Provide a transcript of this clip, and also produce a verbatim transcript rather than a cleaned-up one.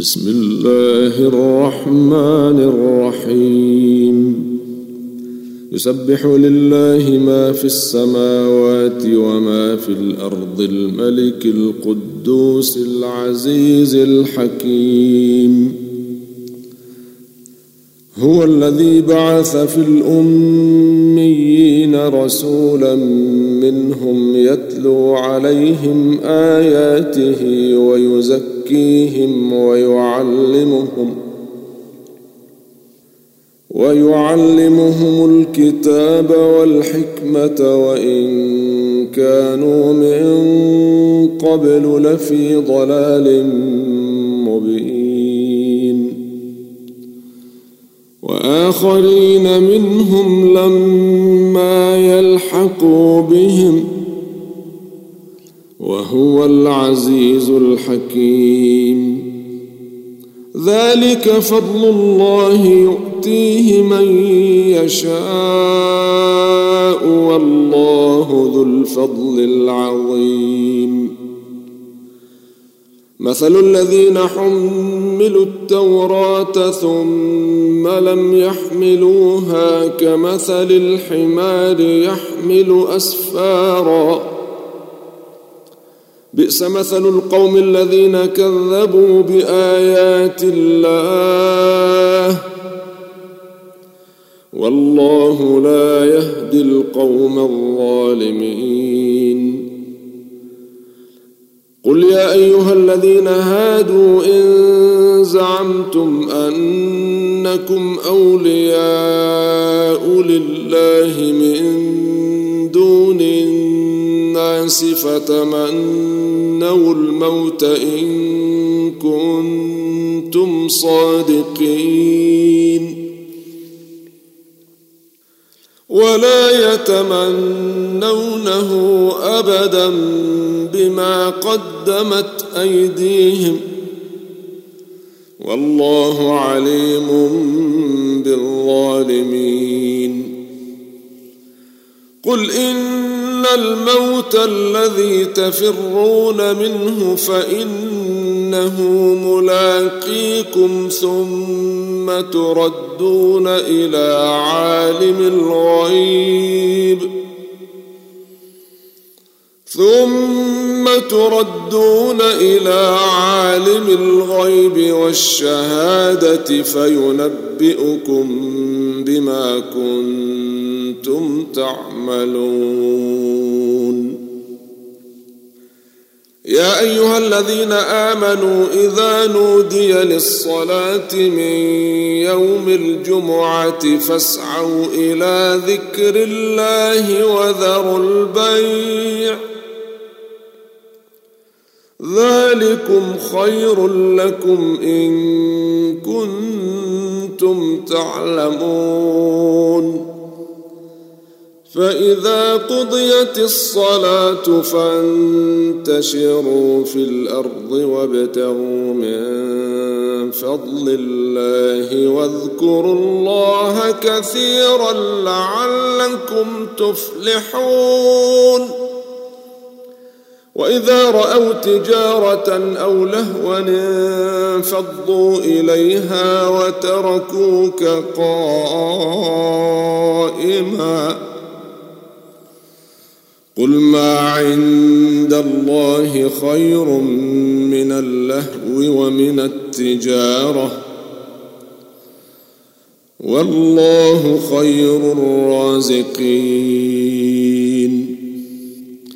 بسم الله الرحمن الرحيم يسبح لله ما في السماوات وما في الأرض الملك القدوس العزيز الحكيم هو الذي بعث في الأميين رسولا منهم يتلو عليهم آياته ويزكيهم ويعلمهم ويعلمهم الكتاب والحكمة وإن كانوا من قبل لفي ضلال مبين وآخرين منهم لما يلحقوا بهم وهو العزيز الحكيم ذلك فضل الله يؤتيه من يشاء والله ذو الفضل العظيم مثل الذين حملوا التوراة ثم لم يحملوها كمثل الحمار يحمل أسفارا بئس مثل القوم الذين كذبوا بآيات الله والله لا يهدي القوم الظالمين قل يا أيها الذين هادوا إن زعمتم أنكم أولياء لله من دون الناس فتمنوا الموت إن كنتم صادقين ولا يتمنونه أبدا بما قدمت أيديهم والله عليم بالظالمين قل إن الموت الذي تفرون منه فإنه ملاقيكم ثم تردون إلى عالم الغيب ثم تردون إلى عالم الغيب والشهادة فينبئكم بما كنتم تعملون يا أيها الذين آمنوا إذا نودي للصلاة من يوم الجمعة فاسعوا إلى ذكر الله وذروا البيع ذلكم خير لكم إن كنتم تعلمون فإذا قضيت الصلاة فانتشروا في الأرض وابتغوا من فضل الله واذكروا الله كثيرا لعلكم تفلحون وإذا رأوا تجارة أو لهوا انفضوا إليها وتركوك قائما قل ما عند الله خير من اللهو ومن التجارة والله خير الرازقين